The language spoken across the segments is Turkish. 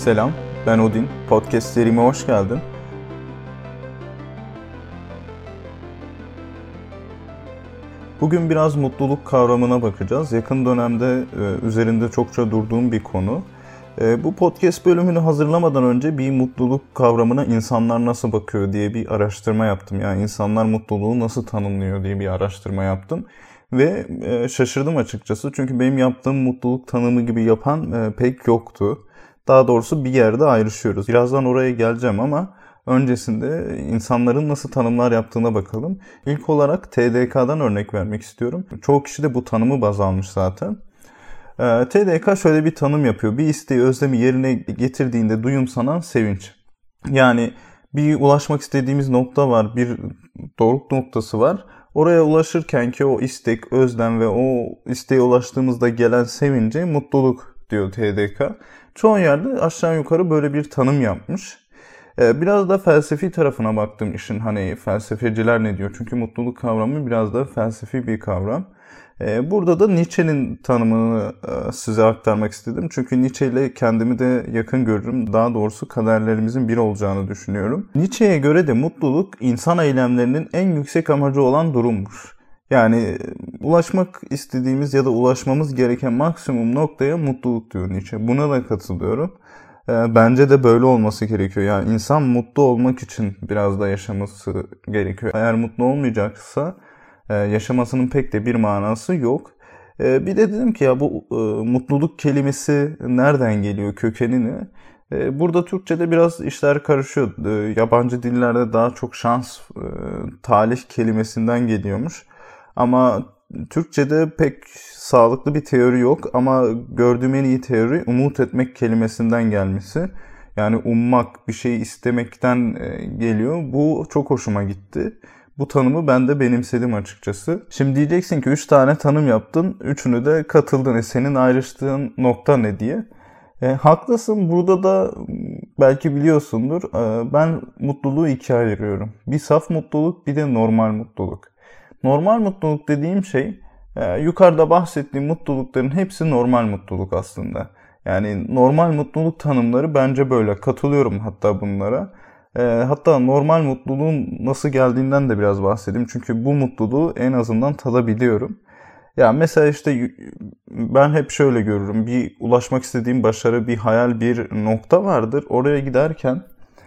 Selam, ben Odin. Podcast serime hoş geldin. Bugün biraz mutluluk kavramına bakacağız. Yakın dönemde üzerinde çokça durduğum bir konu. Bu podcast bölümünü hazırlamadan önce bir mutluluk kavramına insanlar nasıl bakıyor diye bir araştırma yaptım. Yani insanlar mutluluğu nasıl tanımlıyor diye bir araştırma yaptım. Ve şaşırdım açıkçası çünkü benim yaptığım mutluluk tanımı gibi yapan pek yoktu. Daha doğrusu bir yerde ayrışıyoruz. Birazdan oraya geleceğim ama öncesinde insanların nasıl tanımlar yaptığına bakalım. İlk olarak TDK'dan örnek vermek istiyorum. Çoğu kişi de bu tanımı baz almış zaten. TDK şöyle bir tanım yapıyor. Bir isteği, özlemi yerine getirdiğinde duyumsanan sevinç. Yani bir ulaşmak istediğimiz nokta var, bir doruk noktası var. Oraya ulaşırken ki o istek, özlem ve o isteğe ulaştığımızda gelen sevince mutluluk diyor TDK. Çoğu yerde aşağı yukarı böyle bir tanım yapmış. Biraz da felsefi tarafına baktım işin, hani felsefeciler ne diyor? Çünkü mutluluk kavramı biraz da felsefi bir kavram. Burada da Nietzsche'nin tanımını size aktarmak istedim. Çünkü Nietzsche ile kendimi de yakın görürüm. Daha doğrusu kaderlerimizin bir olacağını düşünüyorum. Nietzsche'ye göre de mutluluk insan eylemlerinin en yüksek amacı olan durummuş. Yani ulaşmak istediğimiz ya da ulaşmamız gereken maksimum noktaya mutluluk diyor Nietzsche. Buna da katılıyorum. Bence de böyle olması gerekiyor. Yani insan mutlu olmak için biraz da yaşaması gerekiyor. Eğer mutlu olmayacaksa yaşamasının pek de bir manası yok. Bir de dedim ki ya bu mutluluk kelimesi nereden geliyor, kökeni ne? Burada Türkçe'de biraz işler karışıyor. Yabancı dillerde daha çok şans, talih kelimesinden geliyormuş. Ama Türkçe'de pek sağlıklı bir teori yok ama gördüğüm en iyi teori umut etmek kelimesinden gelmesi. Yani ummak, bir şeyi istemekten geliyor. Bu çok hoşuma gitti. Bu tanımı ben de benimsedim açıkçası. Şimdi diyeceksin ki 3 tane tanım yaptın, 3'ünü de katıldın. Senin ayrıştığın nokta ne diye. Haklısın, burada da belki biliyorsundur. Ben mutluluğu ikiye ayırıyorum. Bir saf mutluluk, bir de normal mutluluk. Normal mutluluk dediğim şey, yukarıda bahsettiğim mutlulukların hepsi normal mutluluk aslında. Yani normal mutluluk tanımları bence böyle. Katılıyorum hatta bunlara. Hatta normal mutluluğun nasıl geldiğinden de biraz bahsedeyim. Çünkü bu mutluluğu en azından tadabiliyorum. Ya mesela işte ben hep şöyle görürüm. Bir ulaşmak istediğim başarı, bir hayal, bir nokta vardır. Oraya giderken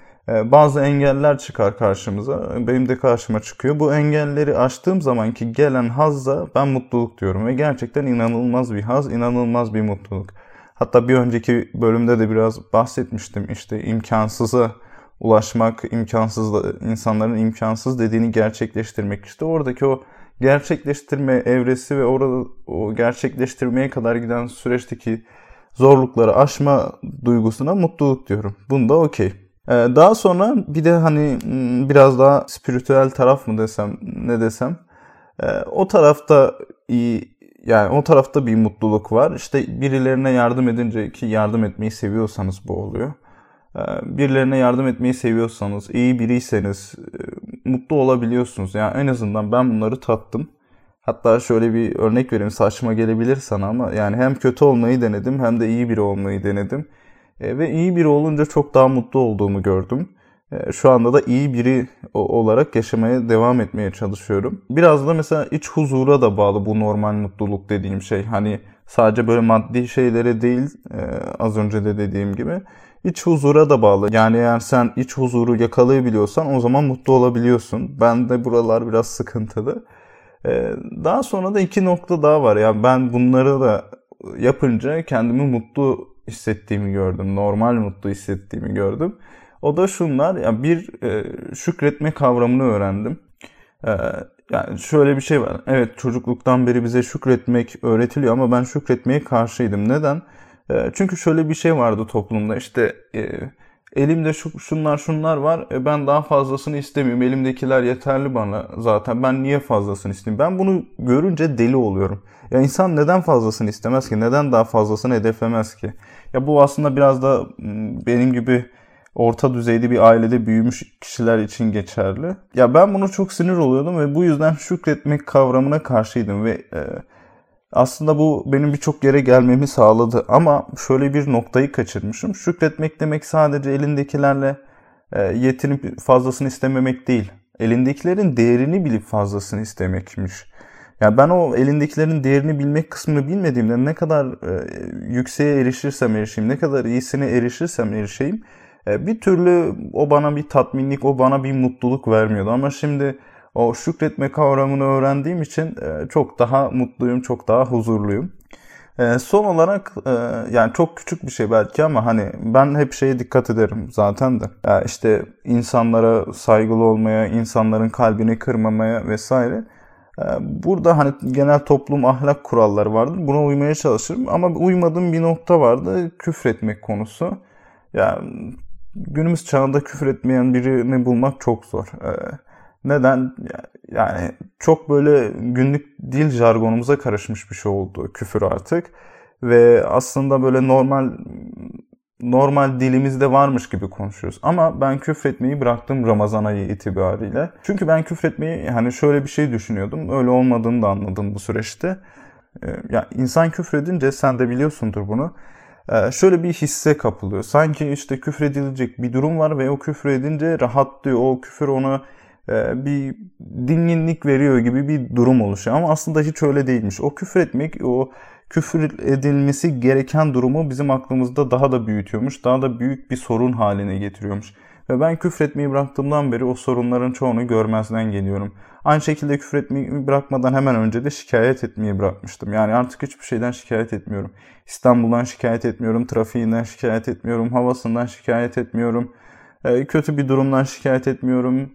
bazı engeller çıkar karşımıza. Benim de karşıma çıkıyor. Bu engelleri aştığım zamanki gelen hazza ben mutluluk diyorum. Ve gerçekten inanılmaz bir haz, inanılmaz bir mutluluk. Hatta bir önceki bölümde de biraz bahsetmiştim. İşte imkansıza ulaşmak, insanların imkansız dediğini gerçekleştirmek. İşte oradaki o gerçekleştirme evresi ve orada o gerçekleştirmeye kadar giden süreçteki zorlukları aşma duygusuna mutluluk diyorum. Bunda okey. Daha sonra bir de hani biraz daha spiritüel taraf mı desem, ne desem. O tarafta iyi, yani o tarafta bir mutluluk var. İşte birilerine yardım edince, ki yardım etmeyi seviyorsanız bu oluyor. Birilerine yardım etmeyi seviyorsanız, iyi biriyseniz mutlu olabiliyorsunuz. Yani en azından ben bunları tattım. Hatta şöyle bir örnek vereyim, saçma gelebilir sana ama yani hem kötü olmayı denedim hem de iyi biri olmayı denedim. Ve iyi biri olunca çok daha mutlu olduğumu gördüm. Şu anda da iyi biri olarak yaşamaya devam etmeye çalışıyorum. Biraz da mesela iç huzura da bağlı bu normal mutluluk dediğim şey. Hani sadece böyle maddi şeylere değil, az önce de dediğim gibi. İç huzura da bağlı. Yani eğer sen iç huzuru yakalayabiliyorsan o zaman mutlu olabiliyorsun. Ben de buralar biraz sıkıntılı. Daha sonra da 2 nokta daha var. Yani ben bunları da yapınca kendimi mutlu hissettiğimi gördüm. Normal mutlu hissettiğimi gördüm. O da şunlar. Yani bir, şükretme kavramını öğrendim. Yani şöyle bir şey var. Evet, çocukluktan beri bize şükretmek öğretiliyor ama ben şükretmeye karşıydım. Neden? Çünkü şöyle bir şey vardı toplumda. İşte elimde şunlar var. Ben daha fazlasını istemiyorum. Elimdekiler yeterli bana zaten. Ben niye fazlasını isteyeyim? Ben bunu görünce deli oluyorum. Ya insan neden fazlasını istemez ki? Neden daha fazlasını hedeflemez ki? Ya bu aslında biraz da benim gibi orta düzeyde bir ailede büyümüş kişiler için geçerli. Ya ben bunu çok sinir oluyordum ve bu yüzden şükretmek kavramına karşıydım ve Aslında bu benim birçok yere gelmemi sağladı ama şöyle bir noktayı kaçırmışım. Şükretmek demek sadece elindekilerle yetinip fazlasını istememek değil. Elindekilerin değerini bilip fazlasını istemekmiş. Ya ben o elindekilerin değerini bilmek kısmını bilmediğimde ne kadar yükseğe erişirsem erişeyim, ne kadar iyisine erişirsem erişeyim, bir türlü o bana bir tatminlik, o bana bir mutluluk vermiyordu. Ama şimdi o şükretme kavramını öğrendiğim için çok daha mutluyum, çok daha huzurluyum. Son olarak yani çok küçük bir şey belki ama hani ben hep şeye dikkat ederim zaten de. İşte insanlara saygılı olmaya, insanların kalbini kırmamaya vesaire. Burada hani genel toplum ahlak kuralları vardır. Buna uymaya çalışırım ama uymadığım bir nokta vardı. Küfretmek konusu. Yani günümüz çağında küfür etmeyen birini bulmak çok zor. Neden? Yani çok böyle günlük dil jargonumuza karışmış bir şey oldu küfür artık. Ve aslında böyle normal dilimizde varmış gibi konuşuyoruz. Ama ben küfretmeyi bıraktım Ramazan ayı itibariyle. Çünkü ben küfretmeyi hani şöyle bir şey düşünüyordum. Öyle olmadığını da anladım bu süreçte. Ya insan küfredince sen de biliyorsundur bunu. Şöyle bir hisse kapılıyor. Sanki işte küfredilecek bir durum var ve o küfredince rahatlıyor. O küfür ona bir dinginlik veriyor gibi bir durum oluşuyor. Ama aslında hiç öyle değilmiş. O küfür etmek, o küfür edilmesi gereken durumu bizim aklımızda daha da büyütüyormuş. Daha da büyük bir sorun haline getiriyormuş. Ve ben küfretmeyi bıraktığımdan beri o sorunların çoğunu görmezden geliyorum. Aynı şekilde küfretmeyi bırakmadan hemen önce de şikayet etmeyi bırakmıştım. Yani artık hiçbir şeyden şikayet etmiyorum. İstanbul'dan şikayet etmiyorum, trafiğinden şikayet etmiyorum, havasından şikayet etmiyorum, kötü bir durumdan şikayet etmiyorum.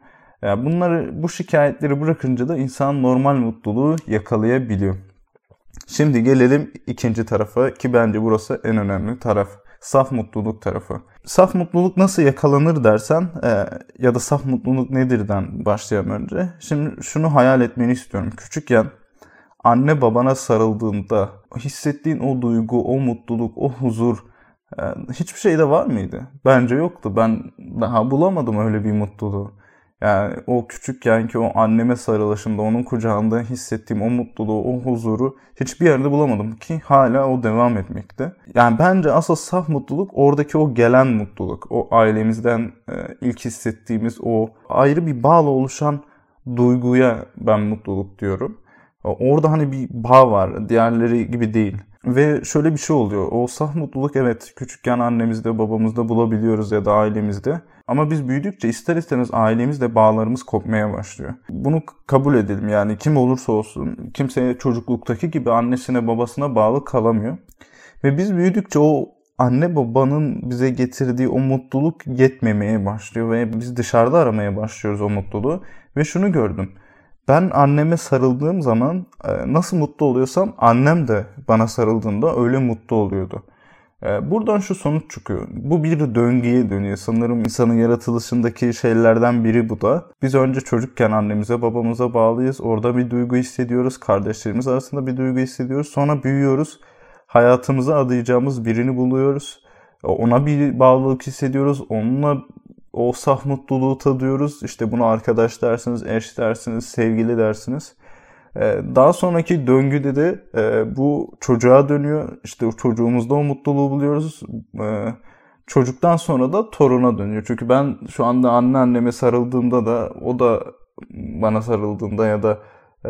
Bu şikayetleri bırakınca da insan normal mutluluğu yakalayabiliyor. Şimdi gelelim ikinci tarafa ki bence burası en önemli taraf. Saf mutluluk tarafı. Saf mutluluk nasıl yakalanır dersen ya da saf mutluluk nedirden başlayalım önce. Şimdi şunu hayal etmeni istiyorum. Küçükken anne babana sarıldığında hissettiğin o duygu, o mutluluk, o huzur hiçbir şeyde var mıydı? Bence yoktu. Ben daha bulamadım öyle bir mutluluğu. Yani o küçükkenki o anneme sarılışımda, onun kucağında hissettiğim o mutluluğu, o huzuru hiçbir yerde bulamadım ki hala o devam etmekte. Yani bence asıl saf mutluluk oradaki o gelen mutluluk. O ailemizden ilk hissettiğimiz o ayrı bir bağla oluşan duyguya ben mutluluk diyorum. Orada hani bir bağ var, diğerleri gibi değil. Ve şöyle bir şey oluyor. O saf mutluluk evet küçükken annemizde, babamızda bulabiliyoruz ya da ailemizde. Ama biz büyüdükçe ister istemez ailemizle bağlarımız kopmaya başlıyor. Bunu kabul edelim yani kim olursa olsun kimseye çocukluktaki gibi annesine babasına bağlı kalamıyor. Ve biz büyüdükçe o anne babanın bize getirdiği o mutluluk yetmemeye başlıyor ve biz dışarıda aramaya başlıyoruz o mutluluğu. Ve şunu gördüm. Ben anneme sarıldığım zaman nasıl mutlu oluyorsam annem de bana sarıldığında öyle mutlu oluyordu. Buradan şu sonuç çıkıyor. Bu bir döngüye dönüyor. Sanırım insanın yaratılışındaki şeylerden biri bu da. Biz önce çocukken annemize babamıza bağlıyız. Orada bir duygu hissediyoruz. Kardeşlerimiz arasında bir duygu hissediyoruz. Sonra büyüyoruz. Hayatımıza adayacağımız birini buluyoruz. Ona bir bağlılık hissediyoruz. Onunla o saf mutluluğu tadıyoruz. İşte bunu arkadaş dersiniz, eş dersiniz, sevgili dersiniz. Daha sonraki döngüde de bu çocuğa dönüyor. İşte çocuğumuzda o mutluluğu buluyoruz. Çocuktan sonra da toruna dönüyor. Çünkü ben şu anda anneanneme sarıldığımda da o da bana sarıldığında ya da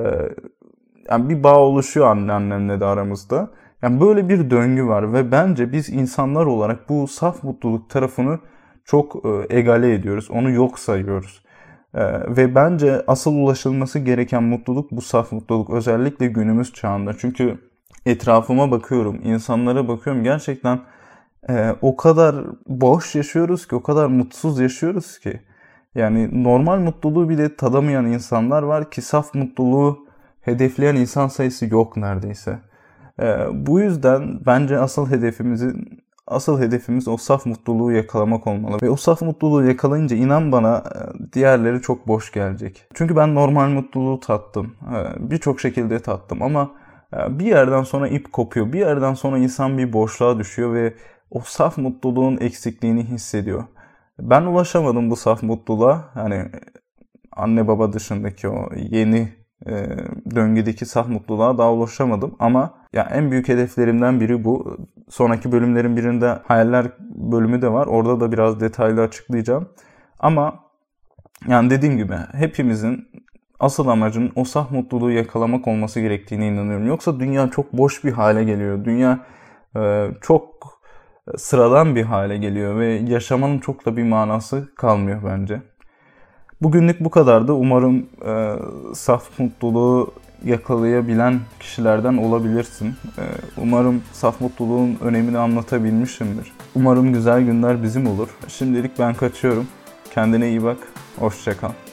yani bir bağ oluşuyor anneannemle de aramızda. Yani böyle bir döngü var ve bence biz insanlar olarak bu saf mutluluk tarafını çok egale ediyoruz. Onu yok sayıyoruz. Ve bence asıl ulaşılması gereken mutluluk bu saf mutluluk. Özellikle günümüz çağında. Çünkü etrafıma bakıyorum, insanlara bakıyorum. Gerçekten o kadar boş yaşıyoruz ki, o kadar mutsuz yaşıyoruz ki. Yani normal mutluluğu bile tadamayan insanlar var ki saf mutluluğu hedefleyen insan sayısı yok neredeyse. Bu yüzden bence asıl hedefimiz o saf mutluluğu yakalamak olmalı. Ve o saf mutluluğu yakalayınca inan bana diğerleri çok boş gelecek. Çünkü ben normal mutluluğu tattım. Birçok şekilde tattım ama bir yerden sonra ip kopuyor. Bir yerden sonra insan bir boşluğa düşüyor ve o saf mutluluğun eksikliğini hissediyor. Ben ulaşamadım bu saf mutluluğa. Hani anne baba dışındaki o yeni döngüdeki saf mutluluğa daha ulaşamadım. Ama ya en büyük hedeflerimden biri bu. Sonraki bölümlerin birinde hayaller bölümü de var. Orada da biraz detaylı açıklayacağım. Ama yani dediğim gibi hepimizin asıl amacın o saf mutluluğu yakalamak olması gerektiğine inanıyorum. Yoksa dünya çok boş bir hale geliyor. Dünya çok sıradan bir hale geliyor ve yaşamanın çok da bir manası kalmıyor bence. Bugünlük bu kadardı. Umarım saf mutluluğu yakalayabilen kişilerden olabilirsin. Umarım saf mutluluğun önemini anlatabilmişimdir. Umarım güzel günler bizim olur. Şimdilik ben kaçıyorum. Kendine iyi bak. Hoşça kal.